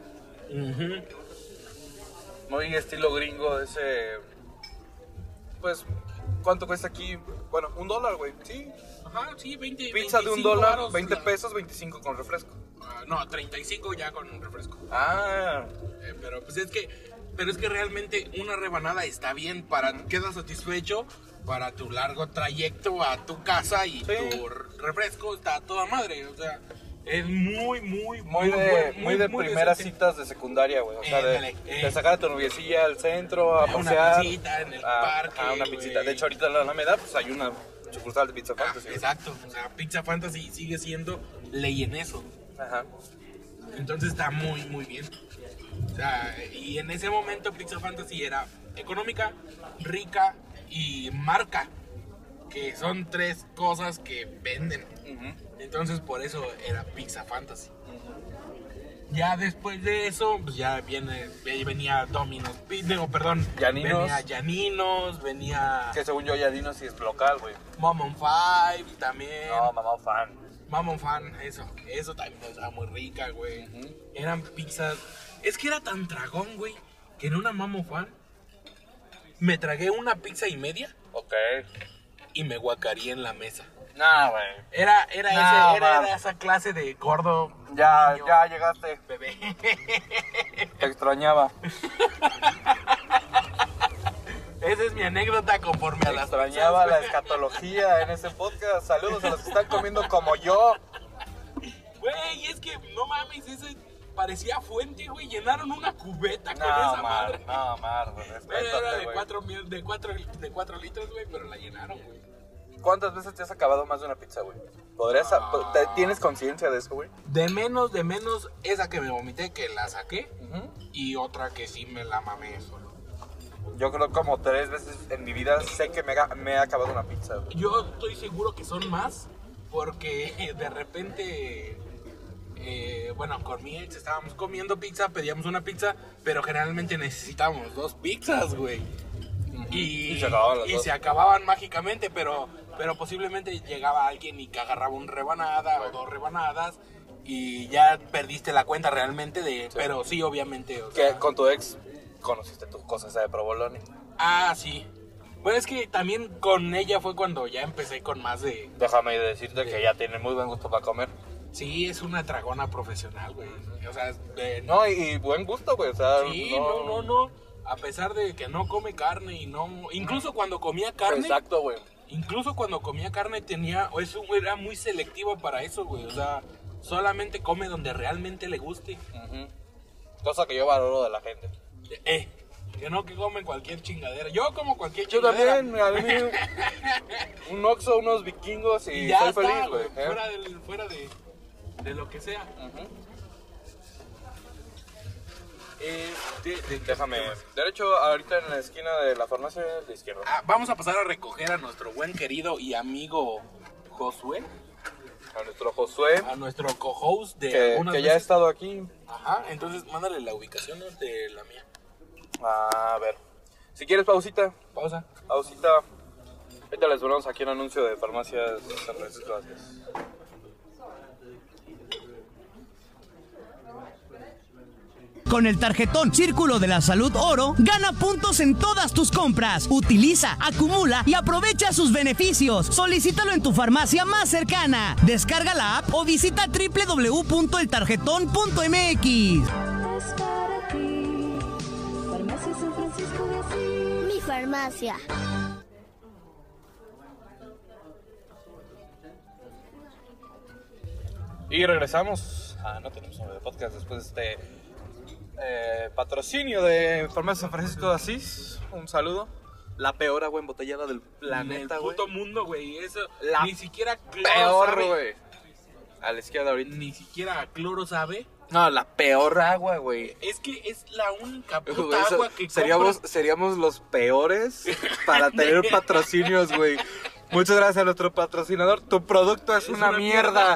Muy estilo gringo de ese... Pues, ¿cuánto cuesta aquí? Bueno, $1, güey, sí. Ajá, sí, 20. Pizza de 25 $1, varos 20 la- pesos, 25 con refresco. Ah, No, 35 ya con un refresco. Ah. Pero pues es que realmente una rebanada está bien quedas satisfecho para tu largo trayecto a tu casa y tu refresco está a toda madre, o sea, es muy de primeras citas de secundaria, güey. O sea, de sacar a tu noviecilla al centro, a pasear. Una pizzita en el parque. Una pizzita. De hecho, ahorita en la Alameda, pues hay una sucursal de Pizza Fantasy. Exacto. O sea, Pizza Fantasy sigue siendo ley en eso. Ajá. Entonces está muy, muy bien. O sea, y en ese momento Pizza Fantasy era económica, rica y marca. Que son 3 cosas que venden. Entonces por eso era Pizza Fantasy. Ya después de eso, pues ya venía Domino's, Llaninos. venía Llaninos, venía... Que según yo, Llaninos sí es local, güey. Mammon Five también. No, Mammon Fan, eso también estaba muy rica, güey. Eran pizzas... Es que era tan tragón, güey, que en una Mammon Fan me tragué una pizza y media. Ok. Y me guacarí en la mesa. Nah, güey. Era esa clase de gordo. Ya llegaste. Bebé. Te extrañaba. Esa es mi anécdota conforme a las extrañaba la escatología en ese podcast. Saludos a los que están comiendo como yo. Güey, es que no mames, ese parecía fuente, güey. Llenaron una cubeta con esa madre. No, respétate, era de güey. 4 litros, güey, pero la llenaron, güey. ¿Cuántas veces te has acabado más de una pizza, güey? ¿Tienes conciencia de eso, güey? De menos, esa que me vomité, que la saqué. Y otra que sí me la mamé solo. Yo creo como 3 veces en mi vida sé que me he acabado una pizza, güey. Yo estoy seguro que son más, porque de repente... con mi ex estábamos comiendo pizza, pedíamos una pizza, pero generalmente necesitábamos 2 pizzas, güey. Y se acababan mágicamente, pero posiblemente llegaba alguien y que agarraba una rebanada o 2 rebanadas y ya perdiste la cuenta realmente de... Sí. Pero sí, obviamente. O sea, con tu ex conociste tus cosas de provolone. Ah, sí. Bueno, es que también con ella fue cuando ya empecé con más de... Déjame decirte que ella tiene muy buen gusto para comer. Sí, es una tragona profesional, güey. O sea, no, y buen gusto, güey. O sea, sí, no. A pesar de que no come carne y no... Incluso cuando comía carne... Exacto, güey. Incluso cuando comía carne era muy selectivo para eso, güey. O sea, solamente come donde realmente le guste. Cosa que yo valoro de la gente. Que no que comen cualquier chingadera. Yo como cualquier chingadera. Yo también, a mí un Oxxo, unos vikingos y ya soy feliz, güey. Fuera de lo que sea. Déjame. Derecho, ahorita en la esquina de la farmacia de izquierda. Vamos a pasar a recoger a nuestro buen querido y amigo Josué. A nuestro Josué. A nuestro co-host de que ya ha estado aquí. Ajá, entonces mándale la ubicación de la mía. A ver. Si quieres pausita. Pausa. Pausita. Ahorita les ponemos aquí un anuncio de farmacias. Gracias. Con el tarjetón Círculo de la Salud Oro, gana puntos en todas tus compras. Utiliza, acumula y aprovecha sus beneficios. Solicítalo en tu farmacia más cercana. Descarga la app o visita www.eltarjetón.mx. Es para ti. Farmacia San Francisco de Asís. Mi farmacia. Y regresamos. No tenemos nombre de podcast después de este patrocinio de Farmacia San Francisco de Asís. Un saludo. La peor agua embotellada del planeta, güey. El puto mundo, güey. Eso ni siquiera Cloro peor, sabe. Güey. A la izquierda ahorita. Ni siquiera Cloro sabe. No, la peor agua, güey. Es que es la única puta agua que seríamos los peores para tener patrocinios, güey. Muchas gracias a nuestro patrocinador. Tu producto es una mierda.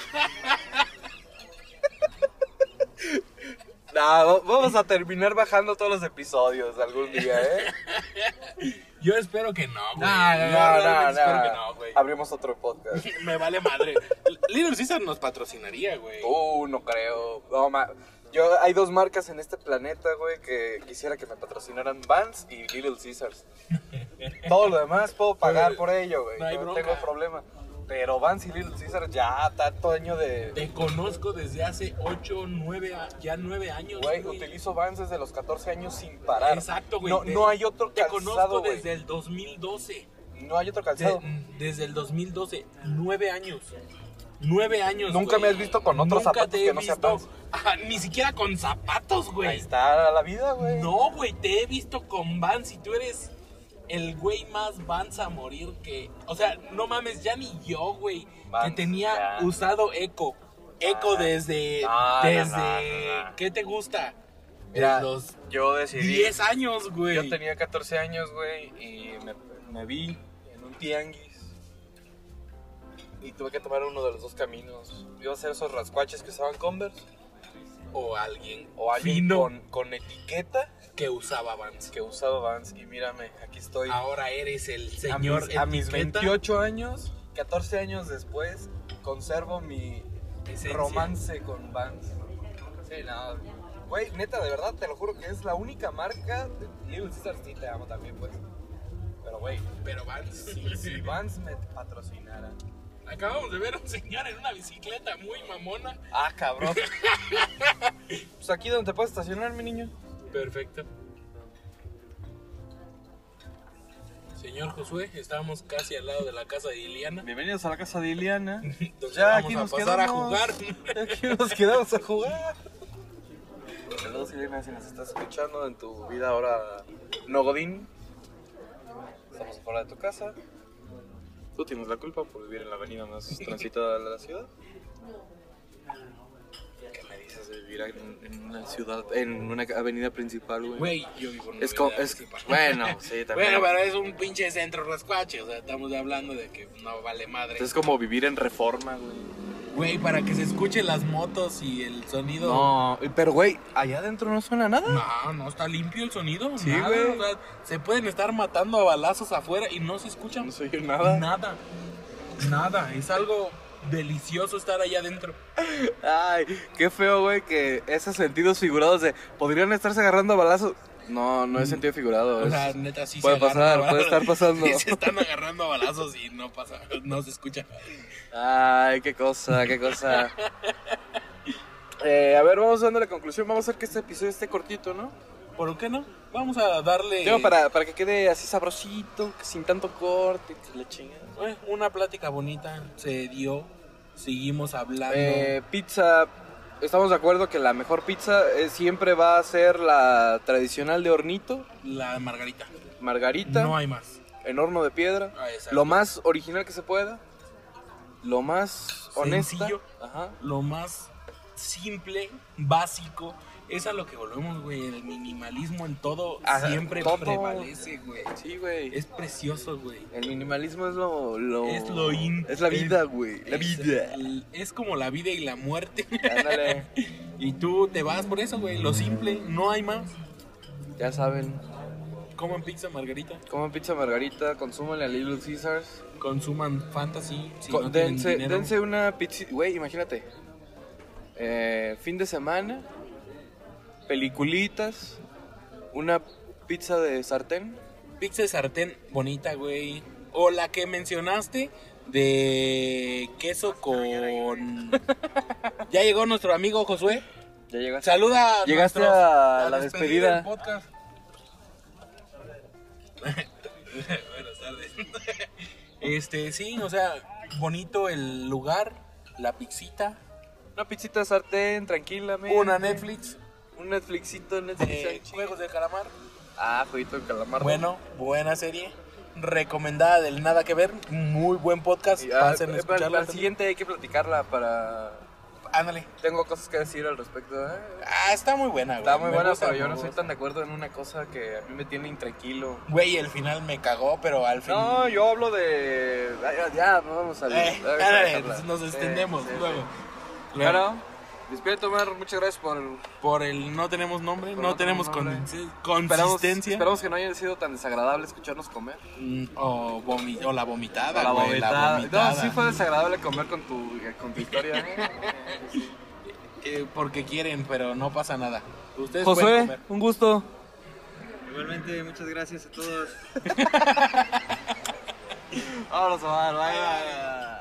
No, vamos a terminar bajando todos los episodios algún día, Yo espero que no, güey. No. Espero que no, güey. Abrimos otro podcast. Me vale madre. Little Caesar nos patrocinaría, güey. No creo. No, hay 2 marcas en este planeta, güey, que quisiera que me patrocinaran: Vans y Little Caesars. Todo lo demás puedo pagar por ello, güey. No tengo problema. Pero Vans y Little Caesar ya tanto año de... Te conozco desde hace 8, 9, ya 9 años, Güey, utilizo Vans desde los 14 años sin parar. Exacto, güey. No hay otro Te calzado, conozco güey. desde el 2012. No hay otro calzado. Desde el 2012, 9 años. 9 años, Nunca güey. me has visto con otros Nunca zapatos te he que no sean visto- Vans. Ajá, ni siquiera con zapatos, Ahí güey. está la vida, güey. No, güey, te he visto con Vans y tú eres el güey más Vans a morir que... O sea, no mames, ya ni yo, güey, que Vans, tenía ya. usado Eco. Eco desde... No, desde... no. ¿Qué te gusta? Mira, Desde los yo decidí... 10 años, güey. Yo tenía 14 años, güey, y me vi en un tianguis. Y tuve que tomar uno de los dos caminos. Iba a hacer esos rascuaches que usaban Converse. O alguien Fino. fino Con etiqueta que usaba Vans. que usaba Vans. Y mírame, aquí estoy. Ahora eres el señor a mis etiqueta. 28 años, 14 años después, conservo mi Esencia. romance con Vans. Sí, no. Güey, neta, de verdad, te lo juro que es la única marca de Little Caesar. Sí, te amo también, pues. Pero, güey, Pero Vans. si Vans me patrocinara. Acabamos de ver a un señor en una bicicleta muy mamona. Ah, cabrón. Pues aquí donde te puedes estacionar, mi niño. Perfecto. Señor Josué, estábamos casi al lado de la casa de Iliana. Bienvenidos a la casa de Iliana. Entonces Ya, vamos aquí a nos pasar quedamos. a jugar. Aquí nos quedamos a jugar. Saludos, Iliana, si nos estás escuchando en tu vida ahora no godín. Estamos afuera de tu casa. Tú tienes la culpa por vivir en la avenida más transitada de la ciudad. ¿Qué me dices de vivir en una ciudad, en una avenida principal, güey? Güey, yo vivo en una Es como, avenida es, principal. bueno, sí, también. Bueno, pero es un pinche centro rascuache. O sea, estamos hablando de que no vale madre. Es como vivir en Reforma, güey. Güey, para que se escuchen las motos y el sonido. No, pero güey, allá adentro no suena nada. No está limpio el sonido. Sí, nada, güey. o sea, se pueden estar matando a balazos afuera y no se escuchan. No se oye nada. Nada. Es algo delicioso estar allá adentro. Ay, qué feo, güey, que esos sentidos figurados de podrían estarse agarrando a balazos. No, no es sentido figurado. O es- sea, neta, sí puede se agarran pasar, a puede estar pasando. Sí se están agarrando a balazos y no pasa, no se escucha. Ay, qué cosa, qué cosa. A ver, vamos dando la conclusión. Vamos a hacer que este episodio esté cortito, ¿no? ¿Por qué no? Vamos a darle Digo, para que quede así sabrosito, que sin tanto corte, que la chingada. una plática bonita. Se dio, seguimos hablando. Pizza, estamos de acuerdo que la mejor pizza siempre va a ser la tradicional de hornito, La margarita. margarita, No hay más. en horno de piedra, Exacto. lo más original que se pueda, lo más honesta. Sencillo. Ajá. Lo más simple, básico. Es a lo que volvemos, güey. El minimalismo en todo Ajá, siempre todo. prevalece, güey. Sí, güey. Es precioso, güey. El minimalismo es Es lo in. Es la vida, güey. La vida. Es como la vida y la muerte. Ándale. Y tú te vas por eso, güey. Lo simple, no hay más. Ya saben. Coman pizza margarita. Coman pizza margarita, consúmanle a Little Caesars. Consuman fantasy. Si no tienen dense, dinero. dense una pizza. Güey, imagínate. Fin de semana. Peliculitas. Una pizza de sartén. Pizza de sartén bonita, güey. O la que mencionaste de queso con... Ya llegó nuestro amigo Josué. Ya llegaste. Saluda Llegaste nuestros- a la despedida. del podcast. Buenas tardes. Sí, o sea, bonito el lugar, la pizzita, Una pizzita de sartén, tranquilamente. una Netflix, Un Netflixito, Netflix. and chill. juegos de calamar. Ah, jueguito de calamar. Bueno, buena serie. Recomendada del Nada Que Ver. Muy buen podcast. Pasen a escucharla. Al siguiente hay que platicarla para... Ándale. Tengo cosas que decir al respecto. Está muy buena, güey. Está muy Me buena, gusta, pero yo me no soy gusta. tan de acuerdo en una cosa que a mí me tiene intranquilo. Güey, el final me cagó, pero al fin... No, yo hablo de... Ya, no vamos a... ándale, pues nos extendemos luego. Bueno, despierto, Omar. Muchas gracias Por el no tenemos nombre, Por no no tenemos tener nombre. consistencia. Esperamos que no haya sido tan desagradable escucharnos comer. O la vomitada, La güey, vomitada. la vomitada. No, sí fue desagradable comer con tu historia. Porque quieren, pero no pasa nada. Ustedes pueden Josué, comer. un gusto. Igualmente, muchas gracias a todos. Vámonos, Omar. Bye, bye.